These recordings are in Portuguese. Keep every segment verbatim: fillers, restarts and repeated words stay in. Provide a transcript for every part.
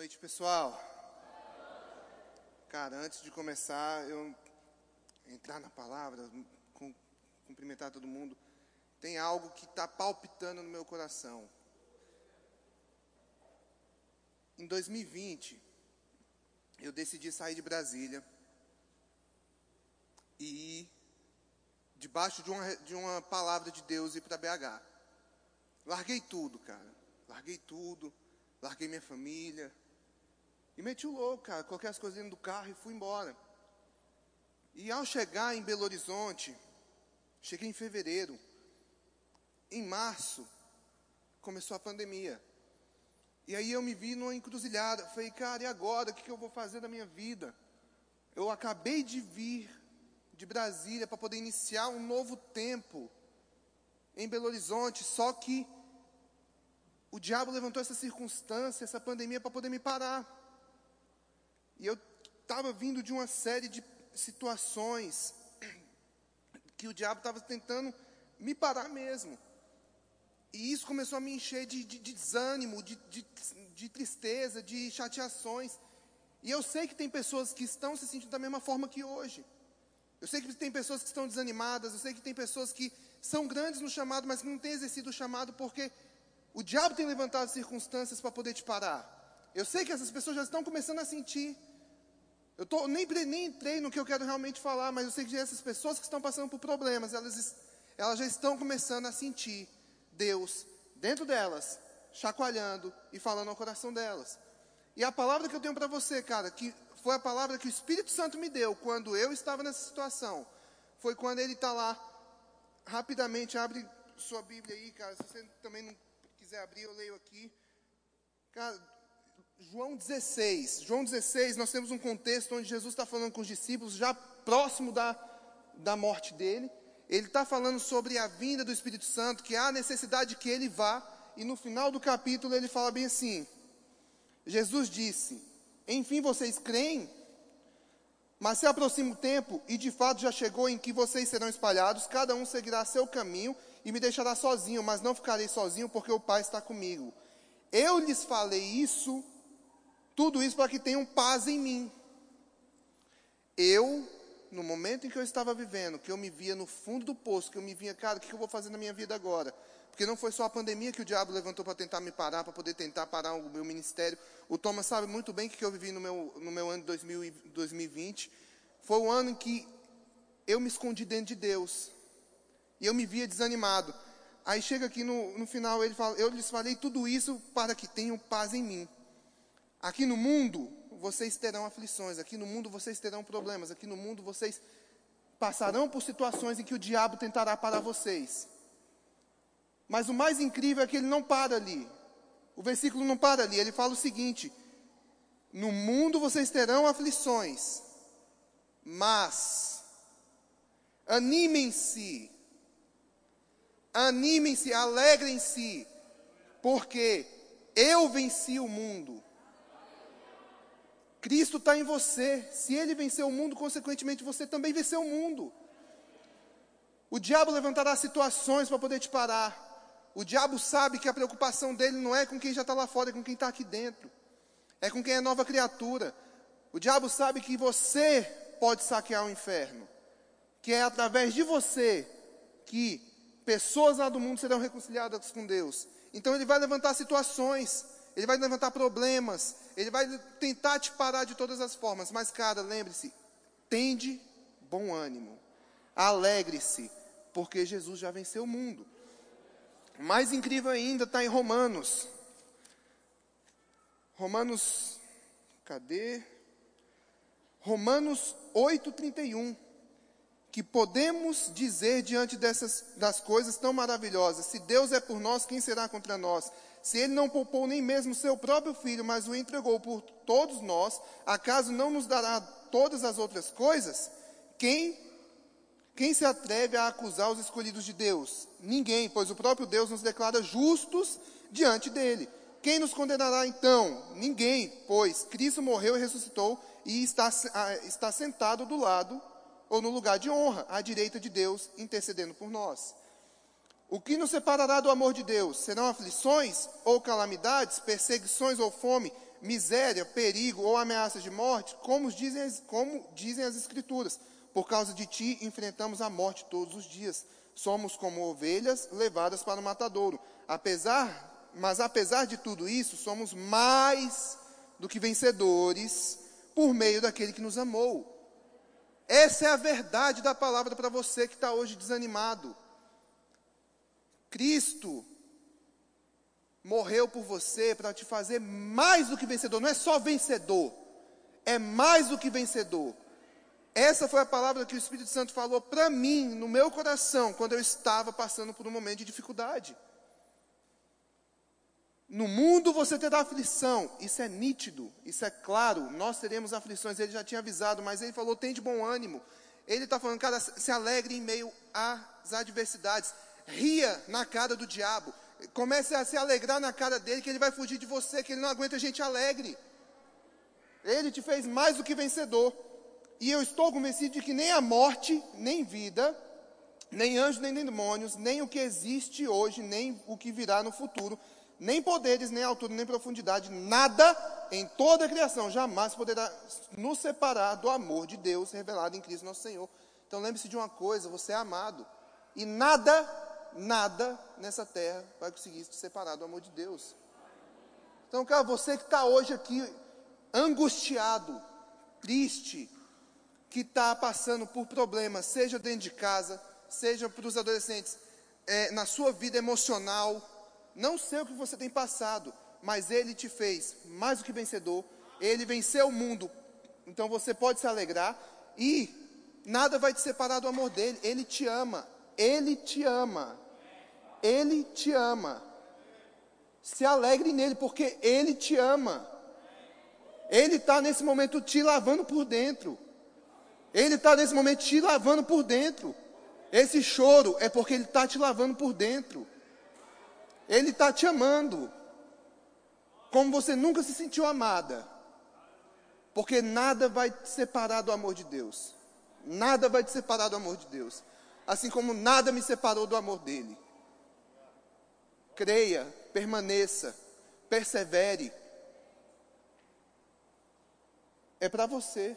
noite, pessoal. Cara, antes de começar, eu entrar na palavra, com, cumprimentar todo mundo, tem algo que está palpitando no meu coração. Em dois mil e vinte, eu decidi sair de Brasília e ir debaixo de uma, de uma palavra de Deus ir para B H. Larguei tudo, cara. Larguei tudo. Larguei minha família. E meti o louco, cara. Coloquei as coisas dentro do carro e fui embora. E ao chegar em Belo Horizonte, cheguei em fevereiro. Em março, começou a pandemia. E aí eu me vi numa encruzilhada. Falei, cara, e agora? O que, que eu vou fazer da minha vida? Eu acabei de vir de Brasília para poder iniciar um novo tempo em Belo Horizonte. Só que o diabo levantou essa circunstância, essa pandemia, para poder me parar. E eu estava vindo de uma série de situações que o diabo estava tentando me parar mesmo. E isso começou a me encher de, de, de desânimo, de, de, de tristeza, de chateações. E eu sei que tem pessoas que estão se sentindo da mesma forma que hoje. Eu sei que tem pessoas que estão desanimadas, eu sei que tem pessoas que são grandes no chamado, mas que não têm exercido o chamado porque o diabo tem levantado circunstâncias para poder te parar. Eu sei que essas pessoas já estão começando a sentir. Eu tô, nem, nem entrei no que eu quero realmente falar, mas eu sei que essas pessoas que estão passando por problemas, elas, elas já estão começando a sentir Deus dentro delas, chacoalhando e falando ao coração delas. E a palavra que eu tenho para você, cara, que foi a palavra que o Espírito Santo me deu quando eu estava nessa situação, foi quando ele está lá, rapidamente, abre sua Bíblia aí, cara, se você também não quiser abrir, eu leio aqui. Cara, João dezesseis. João dezesseis, nós temos um contexto onde Jesus está falando com os discípulos, já próximo da, da morte dele. Ele está falando sobre a vinda do Espírito Santo, que há necessidade que ele vá. E no final do capítulo ele fala bem assim. Jesus disse, enfim vocês creem? Mas se aproxima o tempo, e de fato já chegou em que vocês serão espalhados, cada um seguirá seu caminho, e me deixará sozinho, mas não ficarei sozinho, porque o Pai está comigo. Eu lhes falei isso, tudo isso para que tenham paz em mim. Eu, no momento em que eu estava vivendo, que eu me via no fundo do poço, que eu me via, cara, o que eu vou fazer na minha vida agora? Porque não foi só a pandemia que o diabo levantou para tentar me parar, para poder tentar parar o meu ministério. O Thomas sabe muito bem o que eu vivi no meu, no meu ano de dois mil e vinte. Foi o ano em que eu me escondi dentro de Deus. E eu me via desanimado. Aí chega aqui no, no final, ele fala, eu lhes falei tudo isso para que tenham paz em mim. Aqui no mundo, vocês terão aflições. Aqui no mundo, vocês terão problemas. Aqui no mundo, vocês passarão por situações em que o diabo tentará parar vocês. Mas o mais incrível é que ele não para ali. O versículo não para ali. Ele fala o seguinte, no mundo vocês terão aflições, mas animem-se. Animem-se, alegrem-se, porque eu venci o mundo. Cristo está em você. Se ele venceu o mundo, consequentemente você também venceu o mundo. O diabo levantará situações para poder te parar. O diabo sabe que a preocupação dele não é com quem já está lá fora, é com quem está aqui dentro. É com quem é nova criatura. O diabo sabe que você pode saquear o inferno. Que é através de você que pessoas lá do mundo serão reconciliadas com Deus. Então ele vai levantar situações, ele vai levantar problemas, ele vai tentar te parar de todas as formas. Mas, cara, lembre-se, tende bom ânimo, alegre-se, porque Jesus já venceu o mundo. Mais incrível ainda está em Romanos. Romanos, cadê? Romanos oito, trinta e um. Que podemos dizer diante dessas das coisas tão maravilhosas, se Deus é por nós, quem será contra nós? Se ele não poupou nem mesmo seu próprio filho, mas o entregou por todos nós, acaso não nos dará todas as outras coisas? Quem, quem se atreve a acusar os escolhidos de Deus? Ninguém, pois o próprio Deus nos declara justos diante dele. Quem nos condenará então? Ninguém, pois Cristo morreu e ressuscitou e está, está sentado do lado ou no lugar de honra, à direita de Deus, intercedendo por nós. O que nos separará do amor de Deus? Serão aflições ou calamidades, perseguições ou fome, miséria, perigo ou ameaça de morte, como dizem, as- como dizem as Escrituras, por causa de ti enfrentamos a morte todos os dias. Somos como ovelhas levadas para o matadouro. Apesar, mas apesar de tudo isso, somos mais do que vencedores por meio daquele que nos amou. Essa é a verdade da palavra para você que está hoje desanimado. Cristo morreu por você para te fazer mais do que vencedor. Não é só vencedor, é mais do que vencedor. Essa foi a palavra que o Espírito Santo falou para mim, no meu coração, quando eu estava passando por um momento de dificuldade. No mundo você terá aflição, isso é nítido, isso é claro, nós teremos aflições, ele já tinha avisado, mas ele falou, tem de bom ânimo. Ele está falando, cara, se alegre em meio às adversidades, ria na cara do diabo, comece a se alegrar na cara dele, que ele vai fugir de você, que ele não aguenta gente alegre. Ele te fez mais do que vencedor, e eu estou convencido de que nem a morte, nem vida, nem anjos, nem demônios, nem o que existe hoje, nem o que virá no futuro, nem poderes, nem altura, nem profundidade, nada em toda a criação jamais poderá nos separar do amor de Deus revelado em Cristo nosso Senhor. Então lembre-se de uma coisa, você é amado. E nada, nada nessa terra vai conseguir te separar do amor de Deus. Então, cara, você que está hoje aqui angustiado, triste, que está passando por problemas, seja dentro de casa, seja para os adolescentes, é, na sua vida emocional, não sei o que você tem passado, mas Ele te fez mais do que vencedor, Ele venceu o mundo, então você pode se alegrar, e nada vai te separar do amor dEle, Ele te ama, Ele te ama, Ele te ama, se alegre nele, porque Ele te ama, Ele está nesse momento te lavando por dentro, Ele está nesse momento te lavando por dentro, esse choro é porque Ele está te lavando por dentro, Ele está te amando, como você nunca se sentiu amada, porque nada vai te separar do amor de Deus, nada vai te separar do amor de Deus, assim como nada me separou do amor dEle. Creia, permaneça, persevere, é para você,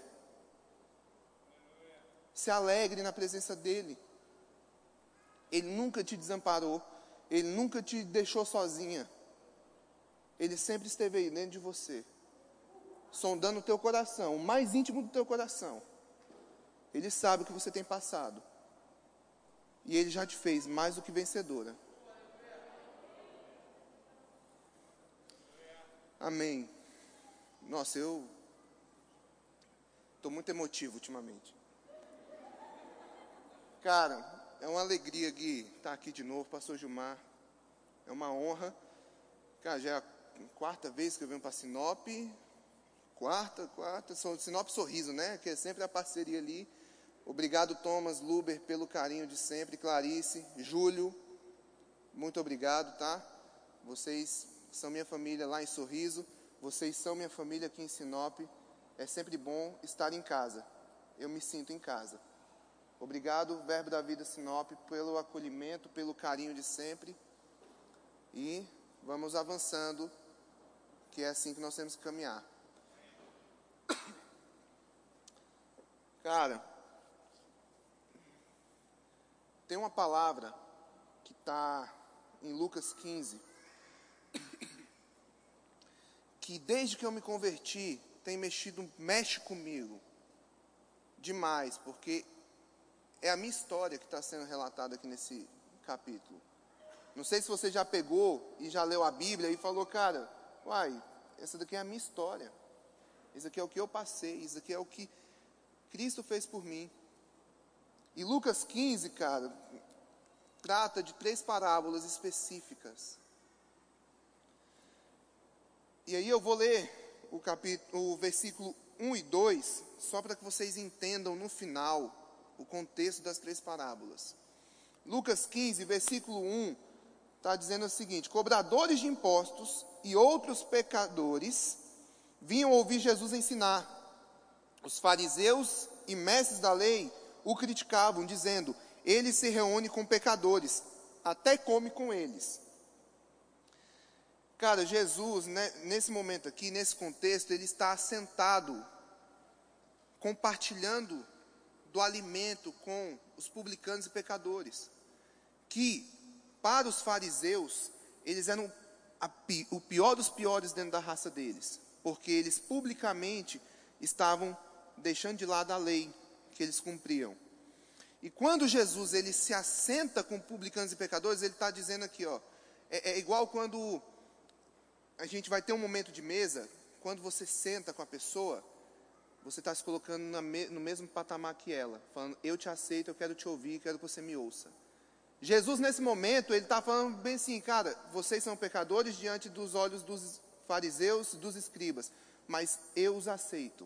se alegre na presença dEle, Ele nunca te desamparou, Ele nunca te deixou sozinha. Ele sempre esteve aí dentro de você, sondando o teu coração, o mais íntimo do teu coração. Ele sabe o que você tem passado. E Ele já te fez mais do que vencedora. Amém. Nossa, eu estou muito emotivo ultimamente. Cara, é uma alegria, Gui, estar aqui de novo, pastor Gilmar. É uma honra. Cara, já é a quarta vez que eu venho para Sinop. Quarta, quarta. Sinop Sorriso, né? Que é sempre a parceria ali. Obrigado, Thomas, Luber, pelo carinho de sempre. Clarice, Júlio, muito obrigado, tá? Vocês são minha família lá em Sorriso. Vocês são minha família aqui em Sinop. É sempre bom estar em casa. Eu me sinto em casa. Obrigado, Verbo da Vida Sinop, pelo acolhimento, pelo carinho de sempre. E vamos avançando, que é assim que nós temos que caminhar. Cara, tem uma palavra que está em Lucas quinze, que desde que eu me converti, tem mexido, mexe comigo demais, porque é a minha história que está sendo relatada aqui nesse capítulo. Não sei se você já pegou e já leu a Bíblia e falou, cara, uai, essa daqui é a minha história. Isso aqui é o que eu passei, isso aqui é o que Cristo fez por mim. E Lucas quinze, cara, trata de três parábolas específicas. E aí eu vou ler o, capítulo, o versículo um e dois, só para que vocês entendam no final o contexto das três parábolas. Lucas quinze, versículo um, está dizendo o seguinte: cobradores de impostos e outros pecadores vinham ouvir Jesus ensinar. Os fariseus e mestres da lei o criticavam, dizendo, ele se reúne com pecadores, até come com eles. Cara, Jesus, né, nesse momento aqui, nesse contexto, ele está sentado, compartilhando do alimento com os publicanos e pecadores, que, para os fariseus, eles eram a, o pior dos piores dentro da raça deles, porque eles publicamente estavam deixando de lado a lei que eles cumpriam. E quando Jesus ele se assenta com publicanos e pecadores, ele está dizendo aqui, ó, é, é igual quando a gente vai ter um momento de mesa, quando você senta com a pessoa, você está se colocando na me, no mesmo patamar que ela, falando, eu te aceito, eu quero te ouvir, quero que você me ouça. Jesus, nesse momento, ele está falando bem assim, cara, vocês são pecadores diante dos olhos dos fariseus, dos escribas, mas eu os aceito.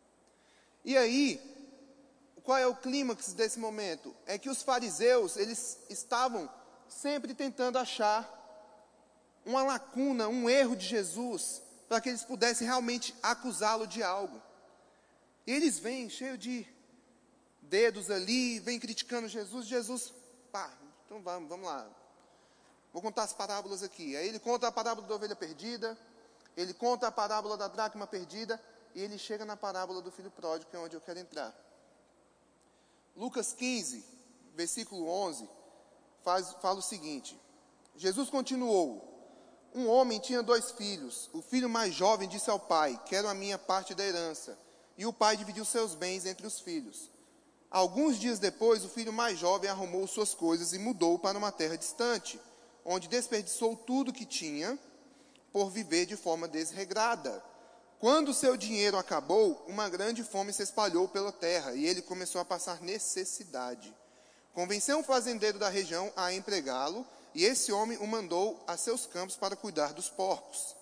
E aí, qual é o clímax desse momento? É que os fariseus, eles estavam sempre tentando achar uma lacuna, um erro de Jesus, para que eles pudessem realmente acusá-lo de algo. E eles vêm cheio de dedos ali, vêm criticando Jesus. Jesus, pá, então vamos, vamos lá. Vou contar as parábolas aqui. Aí ele conta a parábola da ovelha perdida, ele conta a parábola da dracma perdida, e ele chega na parábola do filho pródigo, que é onde eu quero entrar. Lucas quinze, versículo onze, faz, fala o seguinte. Jesus continuou. Um homem tinha dois filhos. O filho mais jovem disse ao pai, quero a minha parte da herança. E o pai dividiu seus bens entre os filhos. Alguns dias depois, o filho mais jovem arrumou suas coisas e mudou para uma terra distante, onde desperdiçou tudo que tinha por viver de forma desregrada. Quando seu dinheiro acabou, uma grande fome se espalhou pela terra e ele começou a passar necessidade. Convenceu um fazendeiro da região a empregá-lo e esse homem o mandou a seus campos para cuidar dos porcos.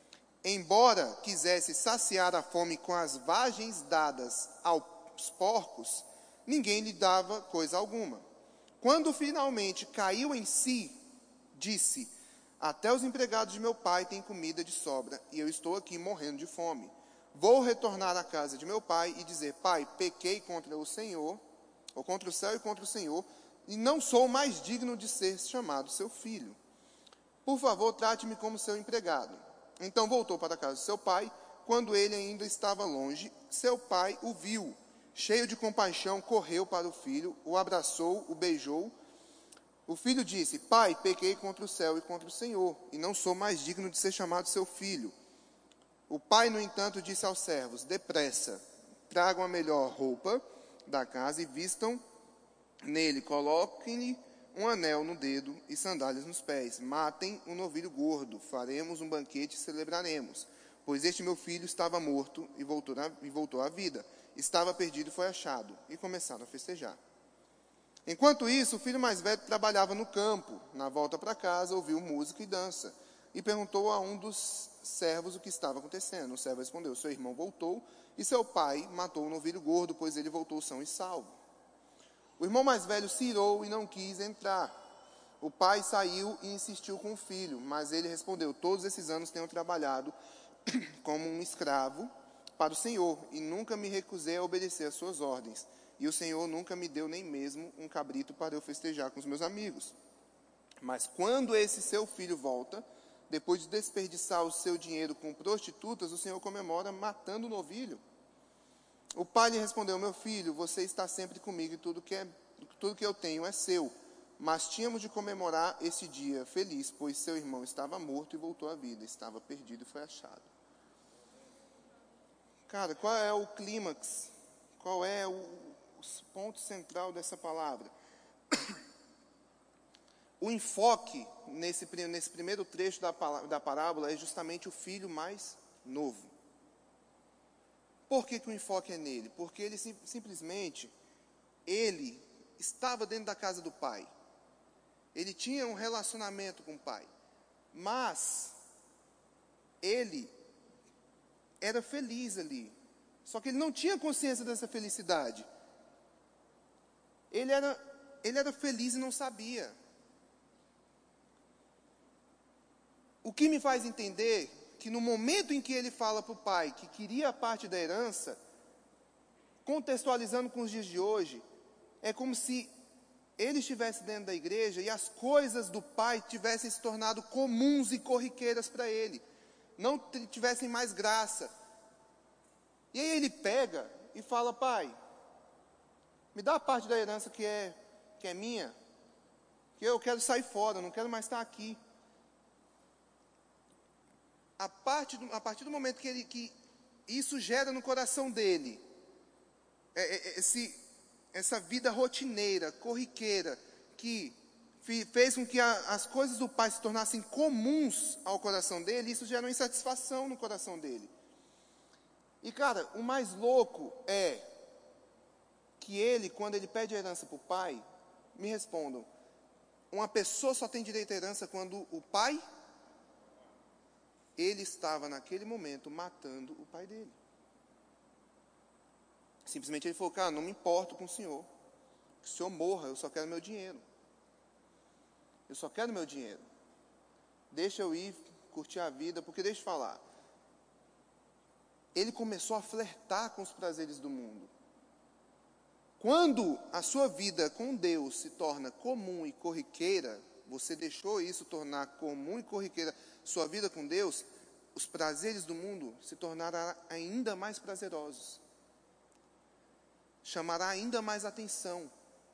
Embora quisesse saciar a fome com as vagens dadas aos porcos, ninguém lhe dava coisa alguma. Quando finalmente caiu em si, disse, até os empregados de meu pai têm comida de sobra, e eu estou aqui morrendo de fome. Vou retornar à casa de meu pai e dizer, pai, pequei contra o Senhor, ou contra o céu e contra o Senhor, e não sou mais digno de ser chamado seu filho. Por favor, trate-me como seu empregado. Então voltou para a casa de seu pai. Quando ele ainda estava longe, seu pai o viu. Cheio de compaixão, correu para o filho, o abraçou, o beijou. O filho disse, pai, pequei contra o céu e contra o Senhor, e não sou mais digno de ser chamado seu filho. O pai, no entanto, disse aos servos, depressa, tragam a melhor roupa da casa e vistam nele, coloquem-lhe um anel no dedo e sandálias nos pés. Matem um novilho gordo, faremos um banquete e celebraremos. Pois este meu filho estava morto e voltou, a, e voltou à vida. Estava perdido e foi achado. E começaram a festejar. Enquanto isso, o filho mais velho trabalhava no campo. Na volta para casa, ouviu música e dança. E perguntou a um dos servos o que estava acontecendo. O servo respondeu, seu irmão voltou e seu pai matou o novilho gordo, pois ele voltou são e salvo. O irmão mais velho se irou e não quis entrar. O pai saiu e insistiu com o filho, mas ele respondeu, todos esses anos tenho trabalhado como um escravo para o Senhor, e nunca me recusei a obedecer às suas ordens. E o Senhor nunca me deu nem mesmo um cabrito para eu festejar com os meus amigos. Mas quando esse seu filho volta, depois de desperdiçar o seu dinheiro com prostitutas, o Senhor comemora matando o novilho. O pai lhe respondeu, meu filho, você está sempre comigo e tudo que, é, tudo que eu tenho é seu. Mas tínhamos de comemorar esse dia feliz, pois seu irmão estava morto e voltou à vida, estava perdido e foi achado. Cara, qual é o clímax? Qual é o, o ponto central dessa palavra? O enfoque nesse, nesse primeiro trecho da, da parábola é justamente o filho mais novo. Por que, que o enfoque é nele? Porque ele sim, simplesmente, ele estava dentro da casa do pai. Ele tinha um relacionamento com o pai. Mas, ele era feliz ali. Só que ele não tinha consciência dessa felicidade. Ele era, ele era feliz e não sabia. O que me faz entender que no momento em que ele fala para o pai que queria a parte da herança, contextualizando com os dias de hoje, é como se ele estivesse dentro da igreja e as coisas do Pai tivessem se tornado comuns e corriqueiras para ele, não tivessem mais graça. E aí ele pega e fala: pai, me dá a parte da herança que é, que é minha, que eu quero sair fora, não quero mais estar aqui. A, parte do, a partir do momento que, ele, que isso gera no coração dele, é, é, esse, essa vida rotineira, corriqueira, que fez com que a, as coisas do Pai se tornassem comuns ao coração dele, isso gera uma insatisfação no coração dele. E, cara, o mais louco é que ele, quando ele pede a herança para o pai, me respondam, uma pessoa só tem direito à herança quando o pai, ele estava naquele momento matando o pai dele. Simplesmente ele falou: cara, não me importo com o senhor, que o senhor morra, eu só quero meu dinheiro. Eu só quero meu dinheiro. Deixa eu ir curtir a vida, porque deixa eu falar, ele começou a flertar com os prazeres do mundo. Quando a sua vida com Deus se torna comum e corriqueira, você deixou isso tornar comum e corriqueira sua vida com Deus, os prazeres do mundo se tornarão ainda mais prazerosos. Chamará ainda mais atenção.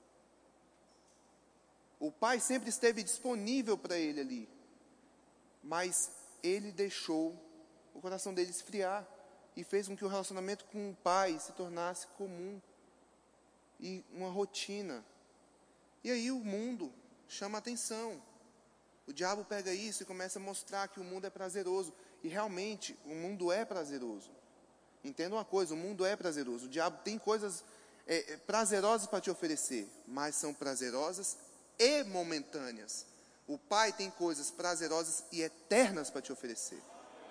O pai sempre esteve disponível para ele ali, mas ele deixou o coração dele esfriar e fez com que o relacionamento com o pai se tornasse comum e uma rotina. E aí o mundo chama atenção. O diabo pega isso e começa a mostrar que o mundo é prazeroso. E realmente, o mundo é prazeroso. Entenda uma coisa, o mundo é prazeroso. O diabo tem coisas é, prazerosas para te oferecer, mas são prazerosas e momentâneas. O Pai tem coisas prazerosas e eternas para te oferecer.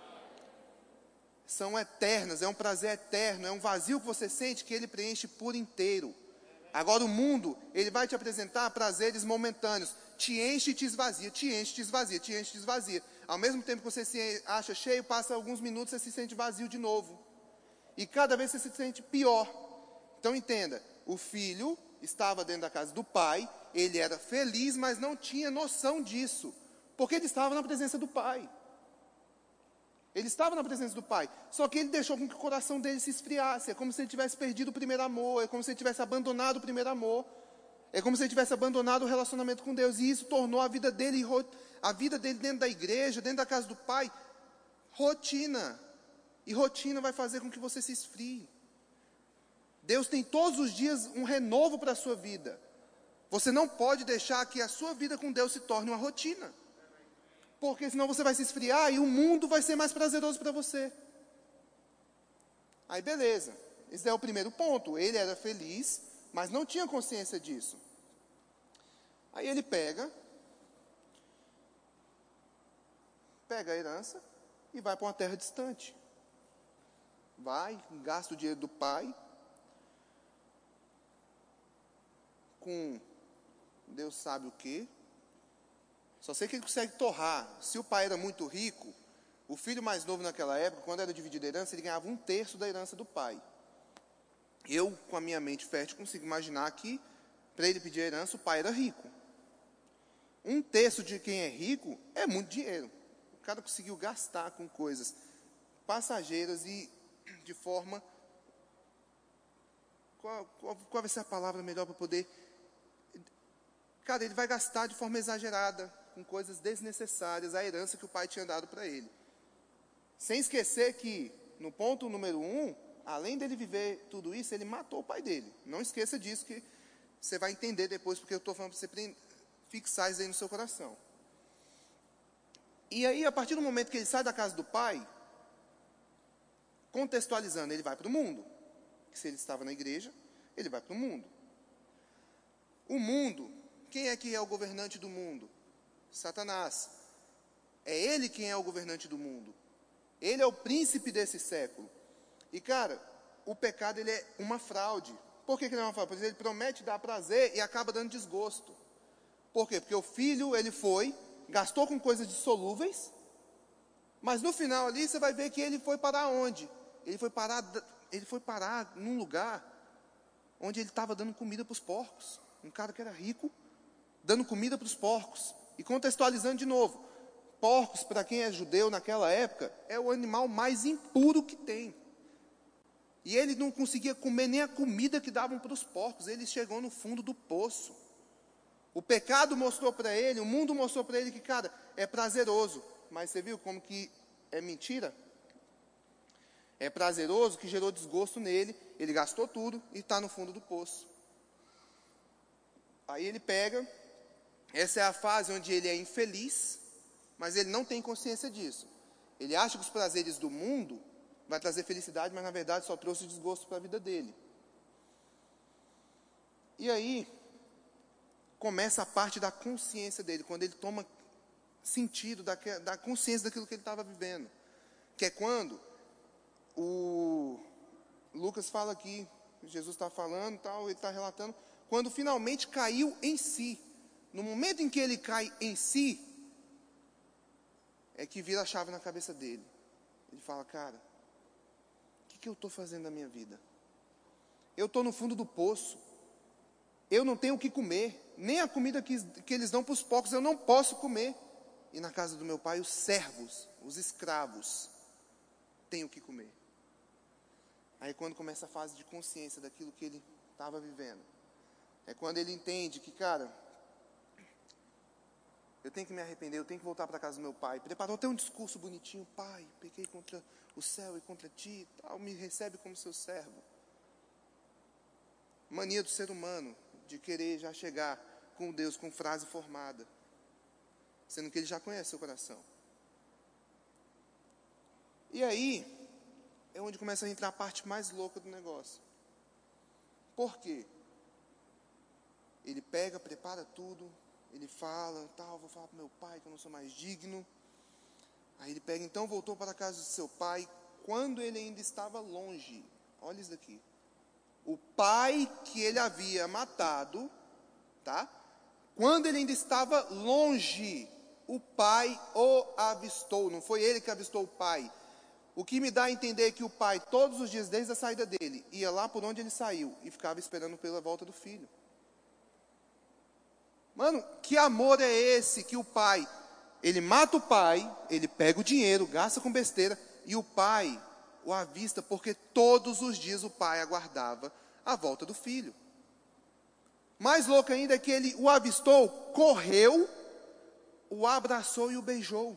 São eternas, é um prazer eterno, é um vazio que você sente que ele preenche por inteiro. Agora o mundo, ele vai te apresentar prazeres momentâneos, te enche e te esvazia, te enche e te esvazia, te enche e te esvazia. Ao mesmo tempo que você se acha cheio, passa alguns minutos, você se sente vazio de novo. E cada vez você se sente pior. Então entenda, o filho estava dentro da casa do pai, ele era feliz, mas não tinha noção disso, porque ele estava na presença do pai. Ele estava na presença do pai, só que ele deixou com que o coração dele se esfriasse. É como se ele tivesse perdido o primeiro amor, é como se ele tivesse abandonado o primeiro amor, é como se ele tivesse abandonado o relacionamento com Deus, e isso tornou a vida dele, a vida dele dentro da igreja, dentro da casa do pai, rotina. E rotina vai fazer com que você se esfrie. Deus tem todos os dias um renovo para a sua vida. Você não pode deixar que a sua vida com Deus se torne uma rotina, porque senão você vai se esfriar e o mundo vai ser mais prazeroso para você. Aí beleza, esse é o primeiro ponto. Ele era feliz, mas não tinha consciência disso. Aí ele pega, pega a herança e vai para uma terra distante. Vai, gasta o dinheiro do pai, com Deus sabe o quê. Só sei que ele consegue torrar. Se o pai era muito rico, o filho mais novo naquela época, quando era dividida a herança, ele ganhava um terço da herança do pai. Eu, com a minha mente fértil, consigo imaginar que, para ele pedir a herança, o pai era rico. Um terço de quem é rico é muito dinheiro. O cara conseguiu gastar com coisas passageiras e de forma... Qual, qual, qual vai ser a palavra melhor para poder... Cara, ele vai gastar de forma exagerada, com coisas desnecessárias, a herança que o pai tinha dado para ele. Sem esquecer que, no ponto número um, além dele viver tudo isso, ele matou o pai dele. Não esqueça disso, que você vai entender depois, porque eu estou falando para você fixar isso aí no seu coração. E aí, a partir do momento que ele sai da casa do pai, contextualizando, ele vai para o mundo. Se ele estava na igreja, ele vai para o mundo. O mundo, quem é que é o governante do mundo? Satanás. É ele quem é o governante do mundo. Ele é o príncipe desse século. E, cara, o pecado, ele é uma fraude. Por que que ele é uma fraude? Porque ele promete dar prazer e acaba dando desgosto. Por quê? Porque o filho, ele foi, gastou com coisas dissolúveis, mas no final ali, você vai ver que ele foi parar onde? Ele foi parar, ele foi parar num lugar onde ele estava dando comida para os porcos. um cara que era rico, dando comida para os porcos. E contextualizando de novo, porcos, para quem é judeu naquela época, é o animal mais impuro que tem. E ele não conseguia comer nem a comida que davam para os porcos. Ele chegou no fundo do poço. O pecado mostrou para ele, o mundo mostrou para ele que, cara, é prazeroso. Mas você viu como que é mentira? É prazeroso, que gerou desgosto nele. Ele gastou tudo e está no fundo do poço. Aí ele pega, essa é a fase onde ele é infeliz, mas ele não tem consciência disso. Ele acha que os prazeres do mundo vai trazer felicidade, mas na verdade só trouxe desgosto para a vida dele. E aí, começa a parte da consciência dele, quando ele toma sentido da, da consciência daquilo que ele estava vivendo. Que é quando o Lucas fala aqui, Jesus está falando, tal, ele está relatando, quando finalmente caiu em si. No momento em que ele cai em si, é que vira a chave na cabeça dele. Ele fala, cara, o que, que eu estou fazendo na minha vida? Eu estou no fundo do poço. Eu não tenho o que comer. Nem a comida que, que eles dão para os porcos eu não posso comer. E na casa do meu pai, os servos, os escravos, têm o que comer. Aí quando começa a fase de consciência daquilo que ele estava vivendo. É quando ele entende que, cara, eu tenho que me arrepender, eu tenho que voltar para a casa do meu pai. Preparou até um discurso bonitinho. Pai, pequei contra o céu e contra ti, tal, me recebe como seu servo. Mania do ser humano, de querer já chegar com Deus com frase formada, sendo que ele já conhece seu coração. E aí, é onde começa a entrar a parte mais louca do negócio. Por quê? Ele pega, prepara tudo, ele fala, tal, vou falar para meu pai que eu não sou mais digno. Aí ele pega, então voltou para a casa do seu pai, quando ele ainda estava longe. Olha isso daqui. O pai que ele havia matado, tá? Quando ele ainda estava longe, o pai o avistou. Não foi ele que avistou o pai. O que me dá a entender que o pai, todos os dias, desde a saída dele, ia lá por onde ele saiu e ficava esperando pela volta do filho. Mano, que amor é esse que o pai, ele mata o pai, ele pega o dinheiro, gasta com besteira, e o pai o avista, porque todos os dias o pai aguardava a volta do filho. Mais louco ainda é que ele o avistou, correu, o abraçou e o beijou.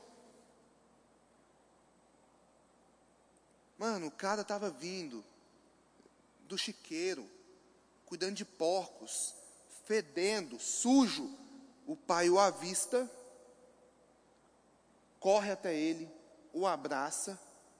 Mano, o cara estava vindo do chiqueiro, cuidando de porcos, fedendo, sujo. O pai o avista, corre até ele, o abraça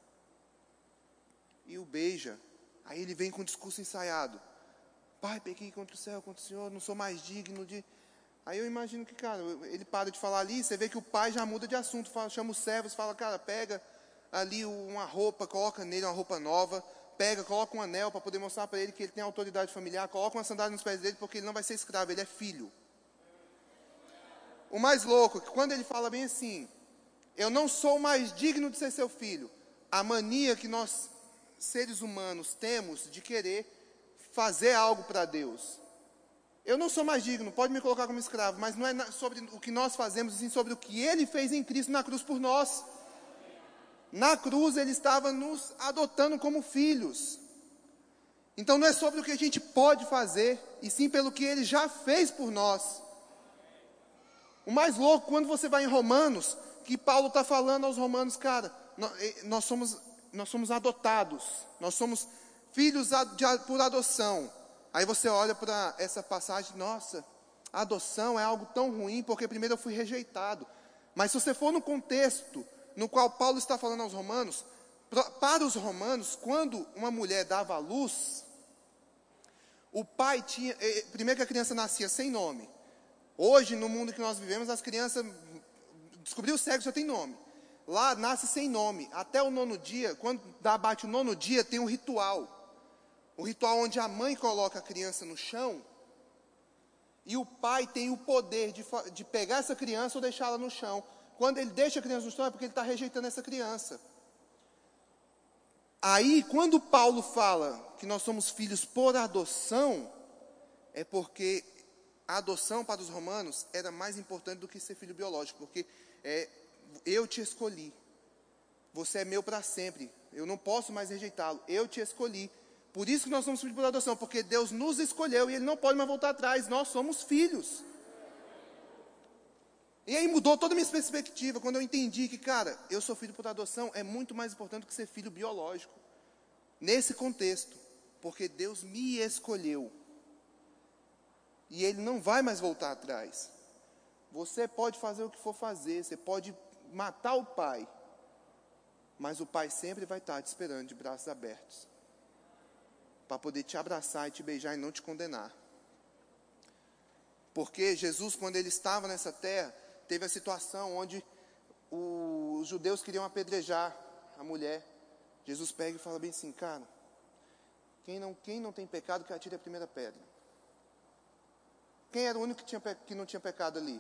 e o beija. Aí ele vem com o discurso ensaiado. Pai, pequei contra o céu, contra o Senhor, não sou mais digno de... Aí eu imagino que, cara, ele para de falar ali, você vê que o pai já muda de assunto, fala, chama os servos, fala, cara, pega ali uma roupa, coloca nele uma roupa nova, pega, coloca um anel para poder mostrar para ele que ele tem autoridade familiar, coloca uma sandália nos pés dele, porque ele não vai ser escravo, ele é filho. O mais louco é que quando ele fala bem assim, eu não sou mais digno de ser seu filho, a mania que nós, seres humanos, temos de querer fazer algo para Deus. Eu não sou mais digno, pode me colocar como escravo, mas não é sobre o que nós fazemos, sim sobre o que Ele fez em Cristo na cruz por nós. Na cruz Ele estava nos adotando como filhos. Então não é sobre o que a gente pode fazer, e sim pelo que Ele já fez por nós. O mais louco, quando você vai em Romanos, que Paulo está falando aos romanos, cara, nós somos, nós somos adotados, nós somos filhos de, por adoção. Aí você olha para essa passagem, nossa, a adoção é algo tão ruim, porque primeiro eu fui rejeitado. Mas se você for no contexto no qual Paulo está falando aos romanos, para os romanos, quando uma mulher dava à luz, o pai tinha, primeiro que a criança nascia sem nome. Hoje, no mundo que nós vivemos, as crianças, descobrir o sexo já tem nome. Lá nasce sem nome. Até o nono dia, quando dá, bate o nono dia, tem um ritual. O ritual onde a mãe coloca a criança no chão e o pai tem o poder de, de pegar essa criança ou deixá-la no chão. Quando ele deixa a criança no chão é porque ele está rejeitando essa criança. Aí, quando Paulo fala que nós somos filhos por adoção, é porque a adoção para os romanos era mais importante do que ser filho biológico, porque é, eu te escolhi, você é meu para sempre, eu não posso mais rejeitá-lo, eu te escolhi. Por isso que nós somos filhos por adoção, porque Deus nos escolheu e Ele não pode mais voltar atrás, nós somos filhos. E aí mudou toda a minha perspectiva, quando eu entendi que, cara, eu sou filho por adoção, é muito mais importante do que ser filho biológico. Nesse contexto, porque Deus me escolheu. E Ele não vai mais voltar atrás. Você pode fazer o que for fazer, você pode matar o pai, mas o pai sempre vai estar te esperando de braços abertos, para poder te abraçar e te beijar e não te condenar. Porque Jesus, quando Ele estava nessa terra, teve a situação onde os judeus queriam apedrejar a mulher. Jesus pega e fala bem assim, cara, quem não, quem não tem pecado, que atire a primeira pedra. Quem era o único que, tinha, que não tinha pecado ali?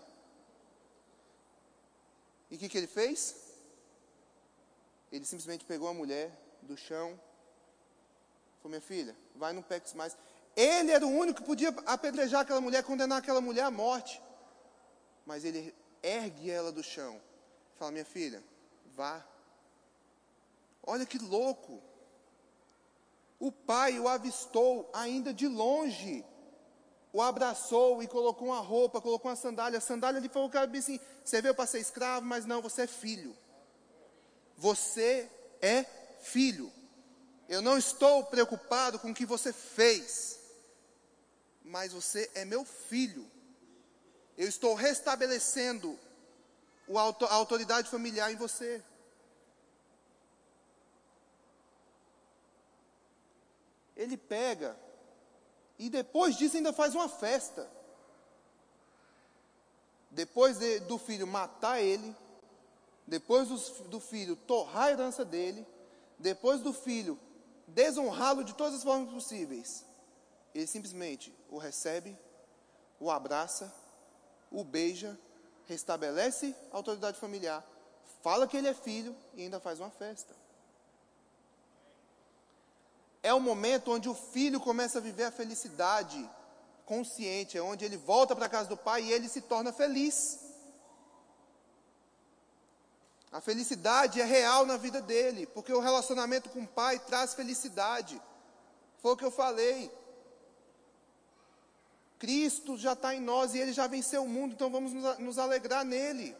E o que, que ele fez? Ele simplesmente pegou a mulher do chão, falou, minha filha, vai, não peques mais. Ele era o único que podia apedrejar aquela mulher, condenar aquela mulher à morte. Mas ele ergue ela do chão, fala, minha filha, vá. Olha que louco. O pai o avistou ainda de longe, o abraçou e colocou uma roupa, colocou uma sandália. A sandália lhe falou assim, você veio para ser escravo, mas não, você é filho. Você é filho. Eu não estou preocupado com o que você fez, mas você é meu filho. Eu estou restabelecendo a autoridade familiar em você. Ele pega e depois disso ainda faz uma festa. Depois de, do filho matar ele, depois do, do filho torrar a herança dele, depois do filho desonrá-lo de todas as formas possíveis, ele simplesmente o recebe, o abraça, o beija, restabelece a autoridade familiar, fala que ele é filho e ainda faz uma festa. É o momento onde o filho começa a viver a felicidade consciente, é onde ele volta para a casa do pai e ele se torna feliz. A felicidade é real na vida dele, porque o relacionamento com o pai traz felicidade. Foi o que eu falei. Cristo já está em nós e Ele já venceu o mundo, então vamos nos alegrar nele.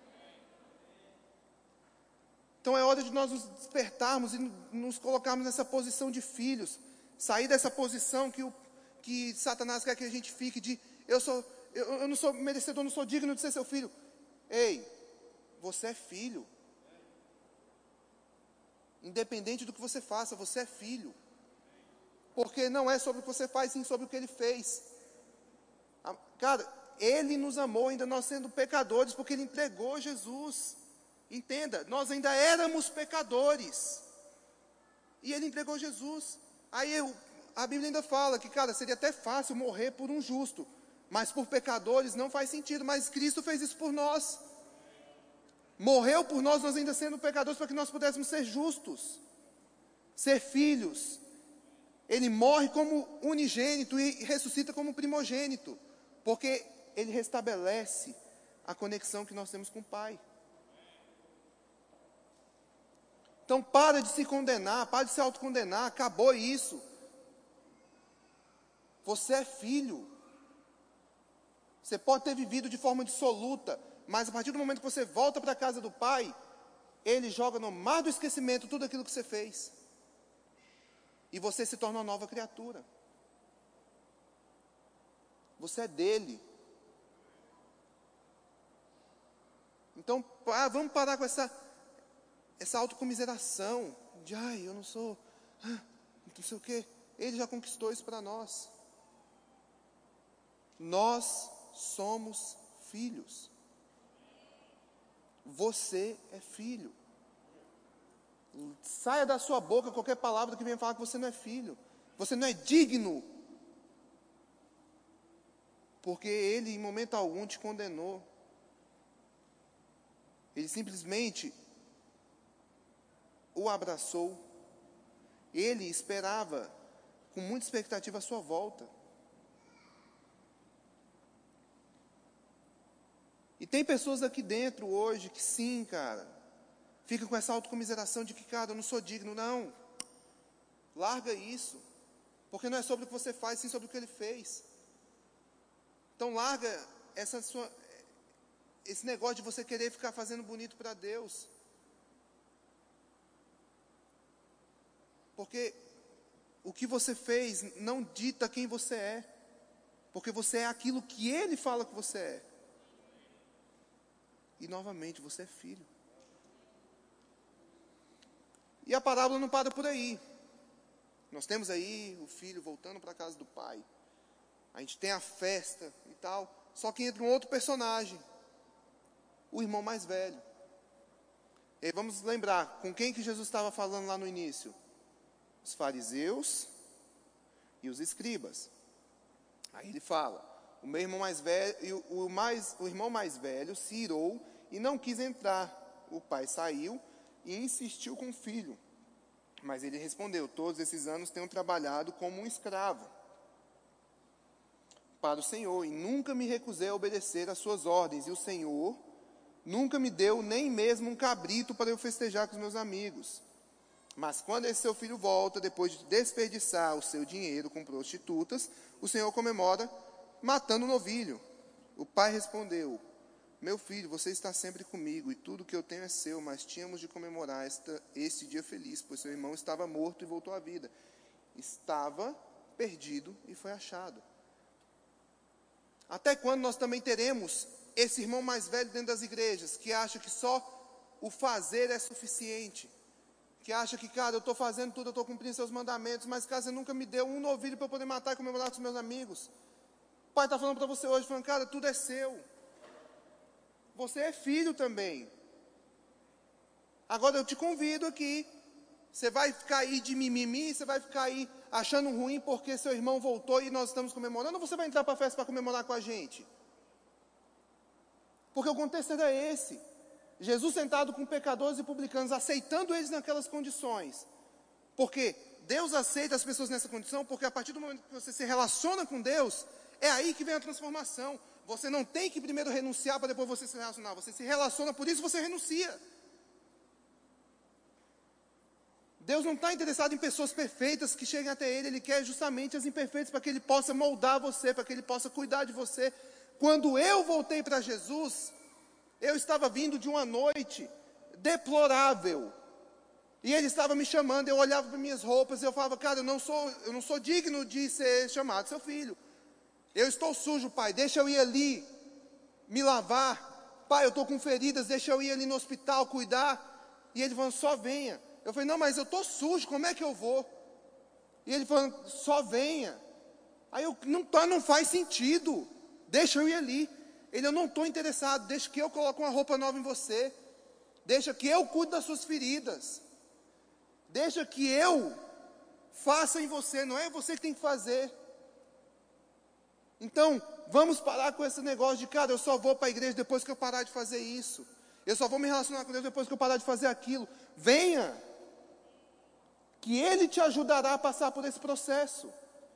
Então é hora de nós nos despertarmos e nos colocarmos nessa posição de filhos. Sair dessa posição que, o, que Satanás quer que a gente fique de, eu, sou, eu, eu não sou merecedor, não sou digno de ser seu filho. Ei, você é filho. Independente do que você faça, você é filho. Porque não é sobre o que você faz, sim sobre o que Ele fez. Cara, Ele nos amou, ainda nós sendo pecadores, porque Ele entregou Jesus. Entenda, nós ainda éramos pecadores. E Ele entregou Jesus. Aí eu, a Bíblia ainda fala que, cara, seria até fácil morrer por um justo. Mas por pecadores não faz sentido. Mas Cristo fez isso por nós. Morreu por nós, nós ainda sendo pecadores, para que nós pudéssemos ser justos. Ser filhos. Ele morre como unigênito e ressuscita como primogênito. Porque Ele restabelece a conexão que nós temos com o Pai. Então para de se condenar, para de se autocondenar, acabou isso. Você é filho. Você pode ter vivido de forma dissoluta, mas a partir do momento que você volta para a casa do Pai, Ele joga no mar do esquecimento tudo aquilo que você fez. E você se torna uma nova criatura. Você é dele. Então, ah, vamos parar com essa, essa autocomiseração. De, ai, eu não sou, ah, não sei o quê. Ele já conquistou isso para nós. Nós somos filhos. Você é filho. Saia da sua boca qualquer palavra que venha falar que você não é filho. Você não é digno. Porque Ele em momento algum te condenou. Ele simplesmente o abraçou. Ele esperava com muita expectativa a sua volta. tem pessoas aqui dentro hoje que sim, cara, ficam com essa autocomiseração de que, cara, eu não sou digno. Não. Larga isso. Porque não é sobre o que você faz, sim sobre o que ele fez. Então larga essa sua, esse negócio de você querer ficar fazendo bonito para Deus. Porque o que você fez não dita quem você é. Porque você é aquilo que Ele fala que você é. E novamente, você é filho. E a parábola não para por aí. Nós temos aí o filho voltando para a casa do pai. A gente tem a festa e tal. Só que entra um outro personagem. O irmão mais velho. E aí vamos lembrar, com quem que Jesus estava falando lá no início? Os fariseus e os escribas. Aí ele fala, o meu irmão mais velho, o, mais, o irmão mais velho se irou e não quis entrar. O pai saiu e insistiu com o filho. Mas ele respondeu, todos esses anos tenho trabalhado como um escravo para o Senhor, e nunca me recusei a obedecer às suas ordens, e o Senhor nunca me deu nem mesmo um cabrito para eu festejar com os meus amigos. Mas quando esse seu filho volta, depois de desperdiçar o seu dinheiro com prostitutas, o Senhor comemora matando o novilho. O pai respondeu, meu filho, você está sempre comigo, e tudo que eu tenho é seu, mas tínhamos de comemorar esta, este dia feliz, pois seu irmão estava morto e voltou à vida. Estava perdido e foi achado. Até quando nós também teremos esse irmão mais velho dentro das igrejas, que acha que só o fazer é suficiente? Que acha que, cara, eu estou fazendo tudo, eu estou cumprindo seus mandamentos, mas, cara, você nunca me deu um novilho para eu poder matar e comemorar com os meus amigos. O pai está falando para você hoje, falando, cara, tudo é seu. Você é filho também. Agora eu te convido aqui. Você vai ficar aí de mimimi, você vai ficar aí achando ruim porque seu irmão voltou e nós estamos comemorando, ou você vai entrar para a festa para comemorar com a gente? Porque o contexto era esse. Jesus sentado com pecadores e publicanos, aceitando eles naquelas condições. Porque Deus aceita as pessoas nessa condição, porque a partir do momento que você se relaciona com Deus, é aí que vem a transformação. Você não tem que primeiro renunciar para depois você se relacionar. Você se relaciona, por isso você renuncia. Deus não está interessado em pessoas perfeitas que cheguem até Ele. Ele quer justamente as imperfeitas para que Ele possa moldar você, para que Ele possa cuidar de você. Quando eu voltei para Jesus, eu estava vindo de uma noite deplorável. E Ele estava me chamando, eu olhava para minhas roupas e eu falava, cara, eu não sou, eu não sou digno de ser chamado seu filho. Eu estou sujo, pai, deixa eu ir ali me lavar. Pai, eu estou com feridas, deixa eu ir ali no hospital cuidar. E ele falando, só venha. Eu falei, não, mas eu estou sujo, como é que eu vou? E ele falando, só venha. Aí eu, não, não faz sentido, deixa eu ir ali. Ele, eu não estou interessado, deixa que eu coloque uma roupa nova em você. Deixa que eu cuide das suas feridas. Deixa que eu faça em você, não é você que tem que fazer. Então, vamos parar com esse negócio de, cara, eu só vou para a igreja depois que eu parar de fazer isso. Eu só vou me relacionar com Deus depois que eu parar de fazer aquilo. Venha, que Ele te ajudará a passar por esse processo.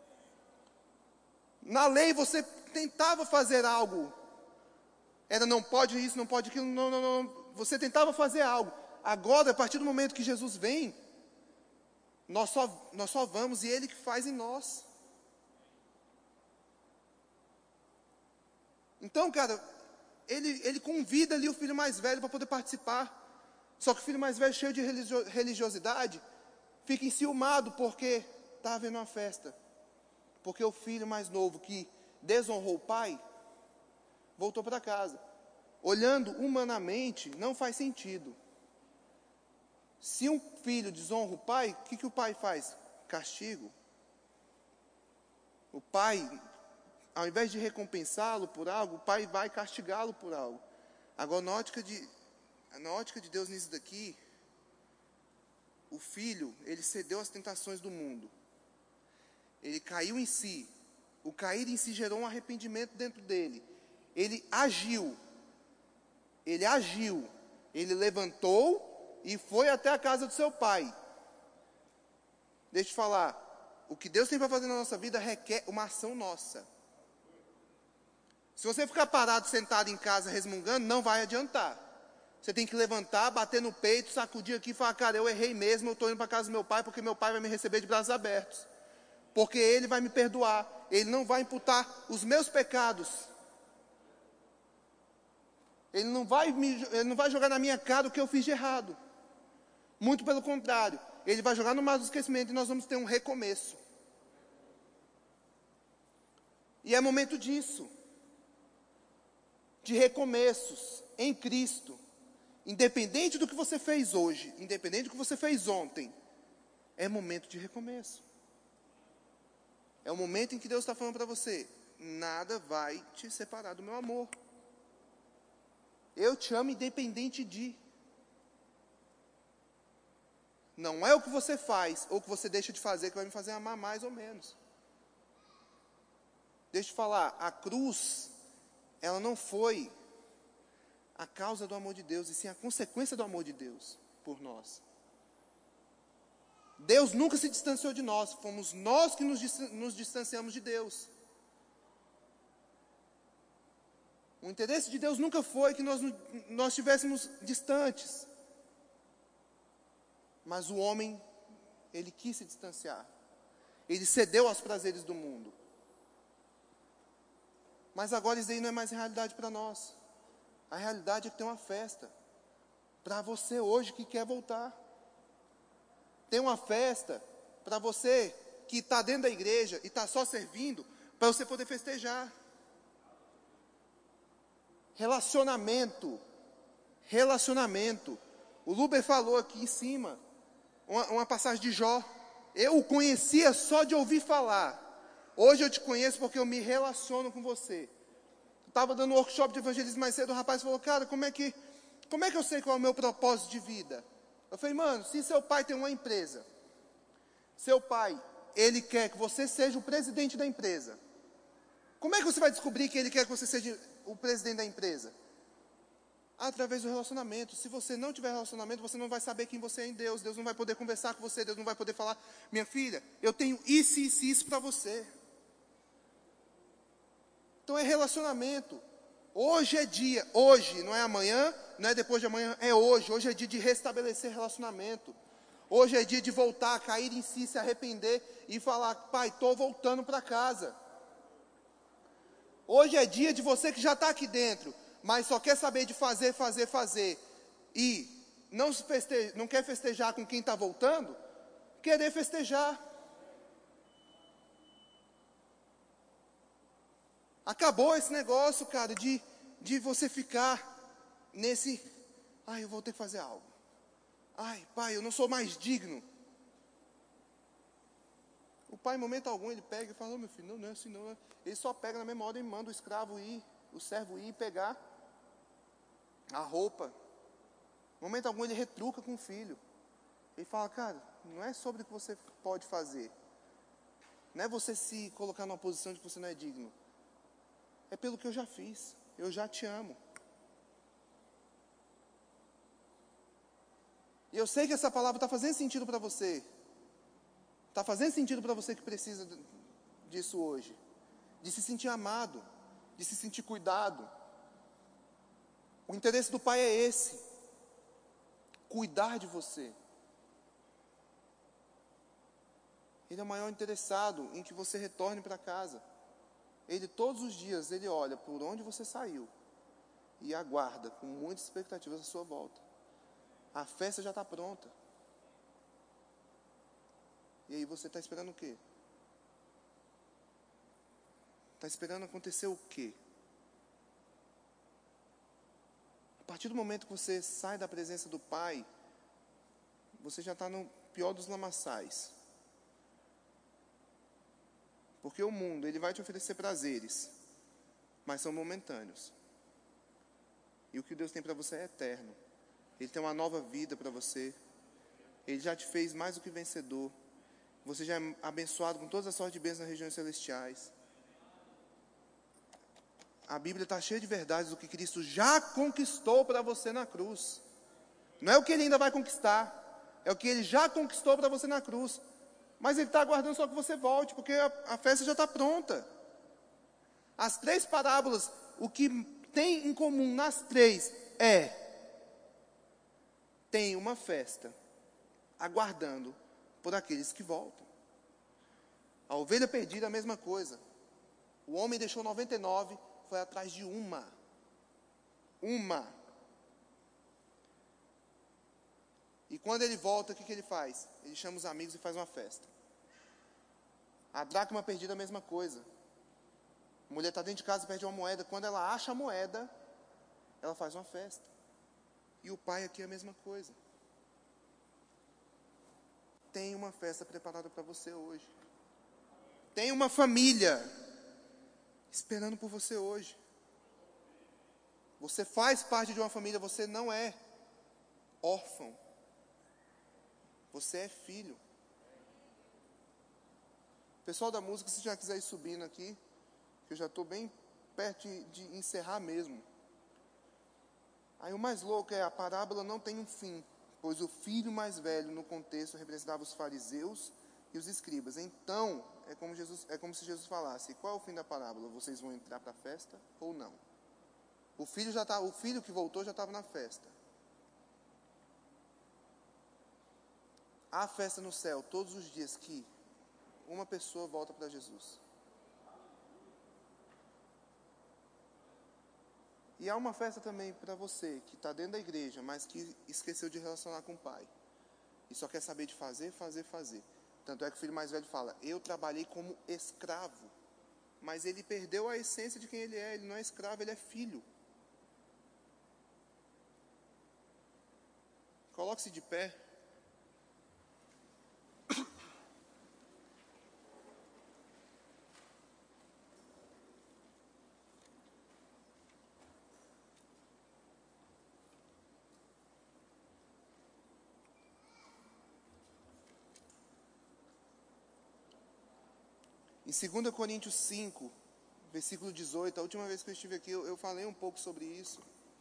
Na lei você tentava fazer algo. Era não pode isso, não pode aquilo, não, não, não. Você tentava fazer algo. Agora, a partir do momento que Jesus vem, nós só, nós só vamos e Ele que faz em nós. Então, cara, ele, ele convida ali o filho mais velho para poder participar. Só que o filho mais velho, cheio de religio, religiosidade, fica enciumado porque está havendo uma festa. Porque o filho mais novo, que desonrou o pai, voltou para casa. Olhando humanamente, não faz sentido. Se um filho desonra o pai, o que, que o pai faz? Castigo. O pai, ao invés de recompensá-lo por algo, o pai vai castigá-lo por algo. Agora, na ótica de, na ótica de Deus nisso daqui, o filho, ele cedeu às tentações do mundo. Ele caiu em si. O cair em si gerou um arrependimento dentro dele. Ele agiu. Ele agiu. Ele levantou e foi até a casa do seu pai. Deixa eu te falar. O que Deus tem para fazer na nossa vida requer uma ação nossa. Se você ficar parado, sentado em casa, resmungando, não vai adiantar. Você tem que levantar, bater no peito, sacudir aqui e falar, cara, eu errei mesmo, eu estou indo para casa do meu pai, porque meu pai vai me receber de braços abertos. Porque ele vai me perdoar, ele não vai imputar os meus pecados. Ele não vai, me, ele não vai jogar na minha cara o que eu fiz de errado. Muito pelo contrário, ele vai jogar no mar do esquecimento e nós vamos ter um recomeço. E é momento disso. De recomeços em Cristo. Independente do que você fez hoje, independente do que você fez ontem, é momento de recomeço. É o momento em que Deus está falando para você, nada vai te separar do meu amor. Eu te amo independente de. Não é o que você faz ou o que você deixa de fazer que vai me fazer amar mais ou menos. Deixa eu te falar, a cruz, ela não foi a causa do amor de Deus, e sim a consequência do amor de Deus por nós. Deus nunca se distanciou de nós, fomos nós que nos, nos distanciamos de Deus. O interesse de Deus nunca foi que nós, nós estivéssemos distantes. Mas o homem, ele quis se distanciar. Ele cedeu aos prazeres do mundo. Mas agora isso aí não é mais realidade para nós. A realidade é que tem uma festa para você hoje que quer voltar. Tem uma festa para você que está dentro da igreja e está só servindo, para você poder festejar. Relacionamento. Relacionamento. O Luber falou aqui em cima, uma, uma passagem de Jó. Eu o conhecia só de ouvir falar. Hoje eu te conheço porque eu me relaciono com você. Estava dando um workshop de evangelismo mais cedo, o rapaz falou, cara, como é que, como é que eu sei qual é o meu propósito de vida? Eu falei, mano, se seu pai tem uma empresa, seu pai, ele quer que você seja o presidente da empresa. Como é que você vai descobrir que ele quer que você seja o presidente da empresa? Através do relacionamento. Se você não tiver relacionamento, você não vai saber quem você é em Deus. Deus não vai poder conversar com você, Deus não vai poder falar, minha filha, eu tenho isso, isso, isso para você. Então é relacionamento. Hoje é dia, hoje, não é amanhã, não é depois de amanhã, é hoje. Hoje é dia de restabelecer relacionamento. Hoje é dia de voltar, cair em si, se arrepender e falar, pai, estou voltando para casa. Hoje é dia de você que já está aqui dentro, mas só quer saber de fazer, fazer, fazer, e não, se festeja, não quer festejar com quem está voltando, querer festejar. Acabou esse negócio, cara, de, de você ficar nesse, ai, eu vou ter que fazer algo. Ai, pai, eu não sou mais digno. O pai, em momento algum, ele pega e fala, oh, meu filho, não, não é assim não. Ele só pega na mesma hora e manda o escravo ir, o servo ir pegar a roupa. Em momento algum, ele retruca com o filho. Ele fala, cara, não é sobre o que você pode fazer. Não é você se colocar numa posição de que você não é digno. É pelo que eu já fiz. Eu já te amo. E eu sei que essa palavra está fazendo sentido para você. Está fazendo sentido para você que precisa disso hoje. De se sentir amado. De se sentir cuidado. O interesse do pai é esse. Cuidar de você. Ele é o maior interessado em que você retorne para casa. Ele todos os dias, ele olha por onde você saiu e aguarda com muitas expectativas a sua volta. A festa já está pronta. E aí você está esperando o quê? Está esperando acontecer o quê? A partir do momento que você sai da presença do Pai, você já está no pior dos lamaçais. Porque o mundo, ele vai te oferecer prazeres, mas são momentâneos. E o que Deus tem para você é eterno. Ele tem uma nova vida para você. Ele já te fez mais do que vencedor. Você já é abençoado com todas as sortes de bênçãos nas regiões celestiais. A Bíblia está cheia de verdades do que Cristo já conquistou para você na cruz. Não é o que Ele ainda vai conquistar. É o que Ele já conquistou para você na cruz. Mas Ele está aguardando só que você volte, porque a, a festa já está pronta. As três parábolas o que tem em comum nas três é: tem uma festa aguardando por aqueles que voltam. A ovelha perdida, a mesma coisa. O homem deixou noventa e nove, foi atrás de uma. Uma. E quando ele volta, o que, que ele faz? Ele chama os amigos e faz uma festa. A dracma perdida, a mesma coisa. A mulher está dentro de casa e perde uma moeda. Quando ela acha a moeda, ela faz uma festa. E o pai aqui é a mesma coisa. Tem uma festa preparada para você hoje. Tem uma família esperando por você hoje. Você faz parte de uma família, você não é órfão. Você é filho. Pessoal da música, se já quiser ir subindo aqui, que eu já estou bem perto de, de encerrar mesmo. Aí o mais louco é: a parábola não tem um fim, pois o filho mais velho, no contexto, representava os fariseus e os escribas. Então, é como, Jesus, é como se Jesus falasse: qual é o fim da parábola? Vocês vão entrar para a festa ou não? O filho, já tá, o filho que voltou já estava na festa. Há festa no céu todos os dias que uma pessoa volta para Jesus. E há uma festa também para você que está dentro da igreja, mas que esqueceu de relacionar com o pai. E só quer saber de fazer, fazer, fazer. Tanto é que o filho mais velho fala: eu trabalhei como escravo. Mas ele perdeu a essência de quem ele é. Ele não é escravo, ele é filho. Coloque-se de pé. Em segunda Coríntios cinco, versículo dezoito, a última vez que eu estive aqui, eu, eu falei um pouco sobre isso.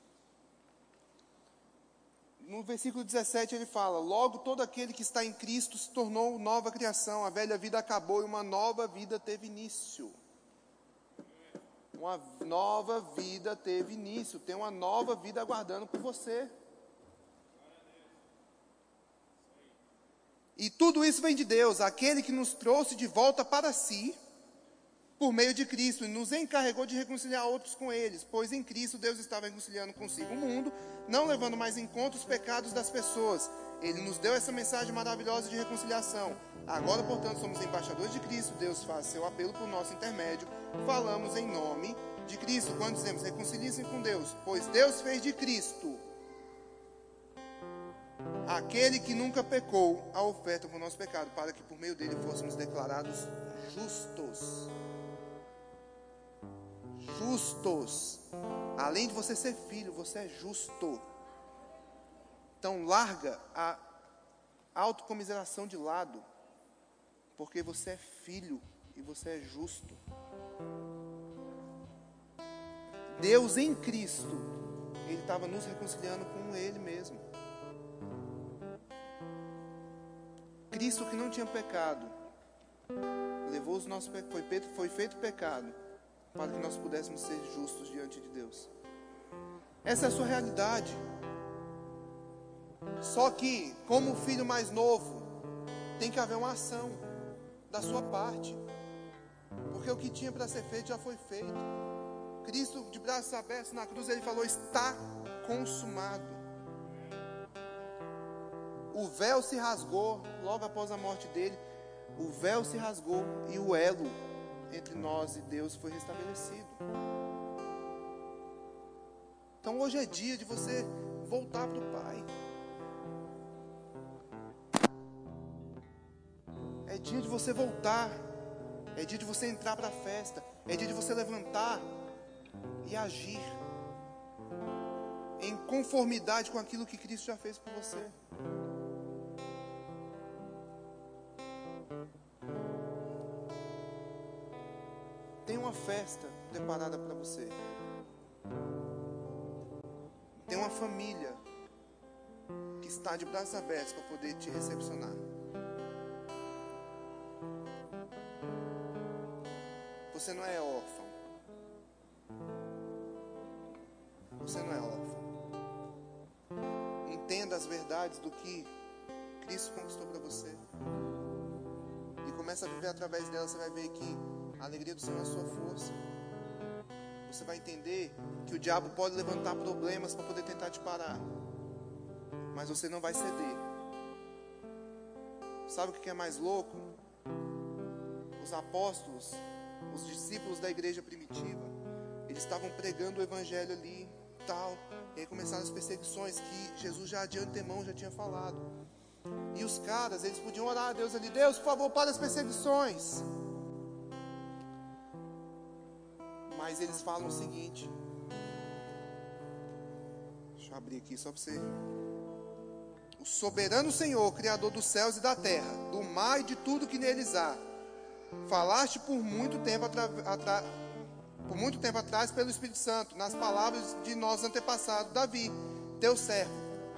No versículo dezessete ele fala: logo todo aquele que está em Cristo se tornou nova criação, a velha vida acabou e uma nova vida teve início. Uma nova vida teve início, tem uma nova vida aguardando por você. E tudo isso vem de Deus, aquele que nos trouxe de volta para si, por meio de Cristo, e nos encarregou de reconciliar outros com eles, pois em Cristo Deus estava reconciliando consigo o mundo, não levando mais em conta os pecados das pessoas. Ele nos deu essa mensagem maravilhosa de reconciliação. Agora, portanto, somos embaixadores de Cristo, Deus faz seu apelo por nosso intermédio, falamos em nome de Cristo, quando dizemos: reconciliem-se com Deus, pois Deus fez de Cristo aquele que nunca pecou a oferta por nosso pecado, para que por meio dele fôssemos declarados justos. Justos. Além de você ser filho, você é justo. Então larga a autocomiseração de lado, porque você é filho e você é justo. Deus em Cristo, Ele estava nos reconciliando com Ele mesmo. Cristo, que não tinha pecado, levou os nossos pecados, foi feito, foi feito pecado, para que nós pudéssemos ser justos diante de Deus. Essa é a sua realidade. Só que, como o filho mais novo, tem que haver uma ação da sua parte, porque o que tinha para ser feito já foi feito. Cristo, de braços abertos na cruz, Ele falou: está consumado. O véu se rasgou logo após a morte dele. O véu se rasgou e o elo entre nós e Deus foi restabelecido. Então hoje é dia de você voltar para o Pai. É dia de você voltar. É dia de você entrar para a festa. É dia de você levantar e agir em conformidade com aquilo que Cristo já fez por você. Tem uma festa preparada para você. Tem uma família que está de braços abertos para poder te recepcionar. Você não é órfão. verdades do que Cristo conquistou para você. E começa a viver através dela, você vai ver que a alegria do Senhor é a sua força. Você vai entender que o diabo pode levantar problemas para poder tentar te parar, mas você não vai ceder. Sabe o que é mais louco? Os apóstolos, os discípulos da igreja primitiva, eles estavam pregando o evangelho ali, tal, e aí começaram as perseguições que Jesus já de antemão já tinha falado. E os caras, eles podiam orar a Deus ali: Deus, por favor, para as perseguições. Mas eles falam o seguinte, deixa eu abrir aqui só para você. O soberano Senhor, Criador dos céus e da terra, do mar e de tudo que neles há, falaste por muito tempo, atra, atra, por muito tempo atrás pelo Espírito Santo, nas palavras de nosso antepassado Davi, teu servo.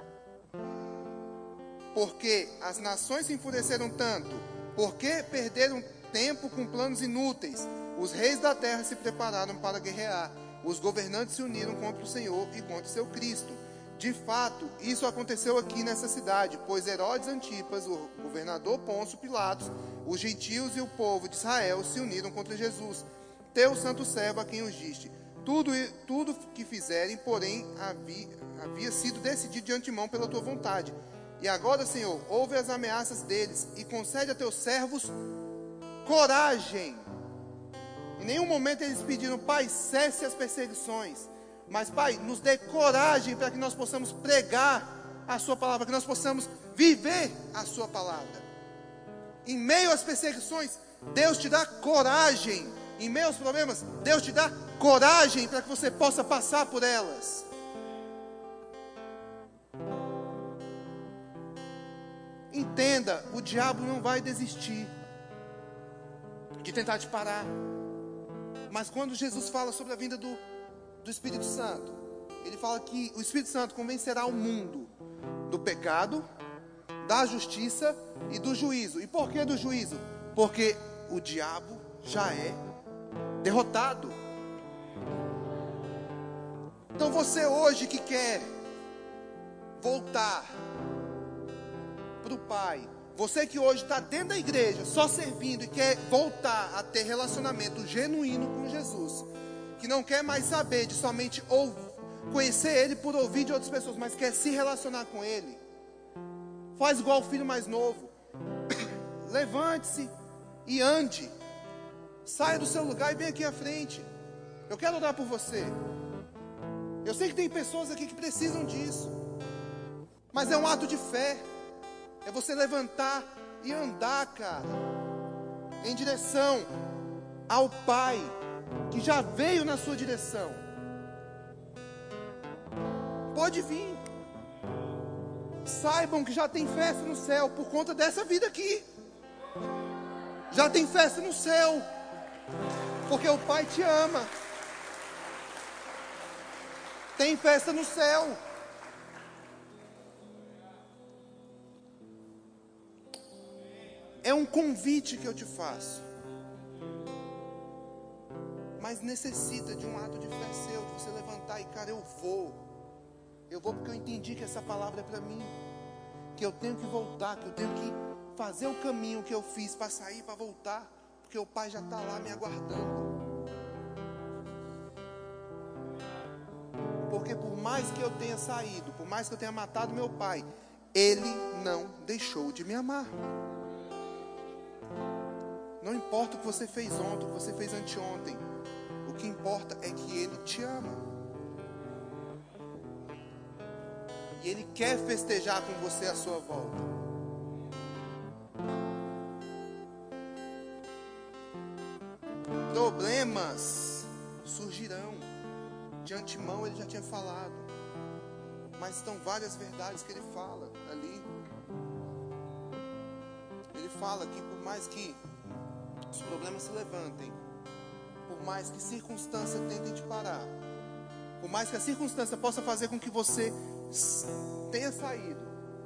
Porque as nações se enfureceram tanto, porque perderam tempo com planos inúteis. Os reis da terra se prepararam para guerrear. Os governantes se uniram contra o Senhor e contra o seu Cristo. De fato, isso aconteceu aqui nessa cidade, pois Herodes Antipas, o governador Pôncio Pilatos, os gentios e o povo de Israel se uniram contra Jesus, teu santo servo a quem ungiste. Tudo, tudo que fizerem, porém, havia, havia sido decidido de antemão pela tua vontade. E agora, Senhor, ouve as ameaças deles e concede a teus servos coragem. Em nenhum momento eles pediram: Pai, cesse as perseguições. Mas, Pai, nos dê coragem para que nós possamos pregar a sua palavra, que nós possamos viver a sua palavra. Em meio às perseguições, Deus te dá coragem. Em meio aos problemas, Deus te dá coragem para que você possa passar por elas. Entenda, o diabo não vai desistir de tentar te parar. Mas quando Jesus fala sobre a vinda do, do Espírito Santo, ele fala que o Espírito Santo convencerá o mundo do pecado, da justiça e do juízo. E por que do juízo? Porque o diabo já é derrotado. Então você hoje que quer voltar para o Pai, você que hoje está dentro da igreja, só servindo e quer voltar a ter relacionamento genuíno com Jesus, que não quer mais saber de somente ouvir, conhecer Ele por ouvir de outras pessoas, mas quer se relacionar com Ele, faz igual o filho mais novo, levante-se e ande, saia do seu lugar e vem aqui à frente. Eu quero orar por você. Eu sei que tem pessoas aqui que precisam disso, mas é um ato de fé. É você levantar e andar, cara, em direção ao Pai, que já veio na sua direção. Pode vir. Saibam que já tem festa no céu por conta dessa vida aqui. Já tem festa no céu, porque o Pai te ama. Tem festa no céu. É um convite que eu te faço. Mas necessita de um ato de fé seu, de você levantar e, cara, eu vou. Eu vou porque eu entendi que essa palavra é para mim. Que eu tenho que voltar, que eu tenho que fazer o caminho que eu fiz para sair, para voltar. Porque o Pai já está lá me aguardando. Porque por mais que eu tenha saído, por mais que eu tenha matado meu pai, Ele não deixou de me amar. Não importa o que você fez ontem, o que você fez anteontem. O que importa é que Ele te ama. E Ele quer festejar com você a sua volta. Problemas surgirão. De antemão Ele já tinha falado. Mas estão várias verdades que Ele fala ali. Ele fala que por mais que os problemas se levantem, por mais que circunstâncias tentem te parar, por mais que a circunstância possa fazer com que você tenha saído,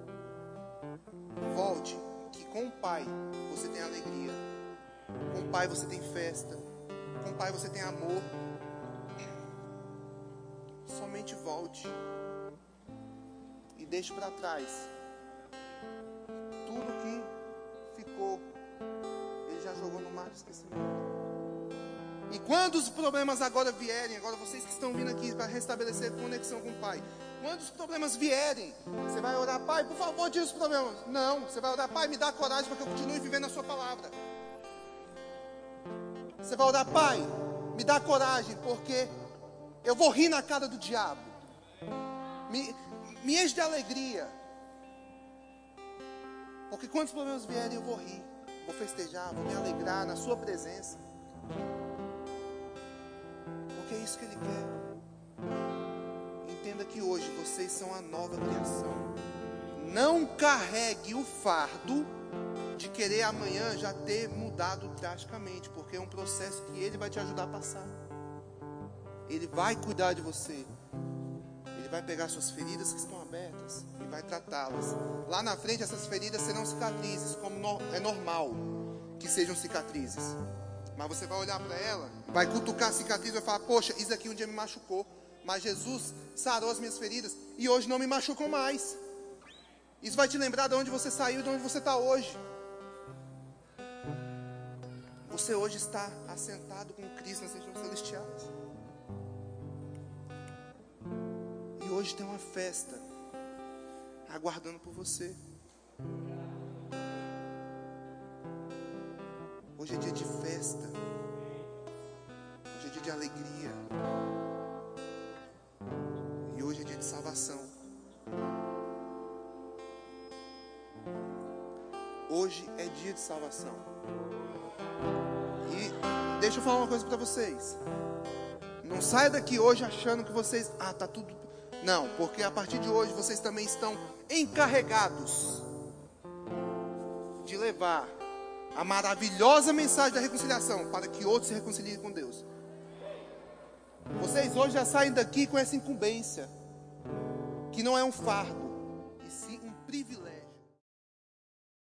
volte, que com o Pai você tem alegria, com o Pai você tem festa, com o Pai você tem amor. Somente volte e deixe para trás jogou no mar de esquecimento. E quando os problemas agora vierem, agora vocês que estão vindo aqui para restabelecer conexão com o Pai, quando os problemas vierem, você vai orar, Pai, por favor, tira os problemas. Não, você vai orar, Pai, me dá coragem para que eu continue vivendo a sua palavra. Você vai orar, Pai, me dá coragem, porque eu vou rir na cara do diabo. Me, me enche de alegria. Porque quando os problemas vierem, eu vou rir, vou festejar, vou me alegrar na sua presença. Porque é isso que Ele quer. Entenda que hoje vocês são a nova criação. Não carregue o fardo de querer amanhã já ter mudado drasticamente, porque é um processo que Ele vai te ajudar a passar. Ele vai cuidar de você. Ele vai pegar suas feridas que estão abertas e vai tratá-las. Lá na frente essas feridas serão cicatrizes, como no, é normal que sejam cicatrizes. Mas você vai olhar para ela, vai cutucar a cicatriz e vai falar, poxa, isso aqui um dia me machucou, mas Jesus sarou as minhas feridas e hoje não me machucam mais. Isso vai te lembrar de onde você saiu e de onde você está hoje. Você hoje está assentado com Cristo nas regiões celestiais. E hoje tem uma festa aguardando por você. Hoje é dia de festa. Hoje é dia de alegria. E hoje é dia de salvação. Hoje é dia de salvação. E deixa eu falar uma coisa para vocês. Não saia daqui hoje achando que vocês... Ah, tá tudo... Não, porque a partir de hoje vocês também estão encarregados de levar a maravilhosa mensagem da reconciliação para que outros se reconciliem com Deus. Vocês hoje já saem daqui com essa incumbência, que não é um fardo, e sim um privilégio.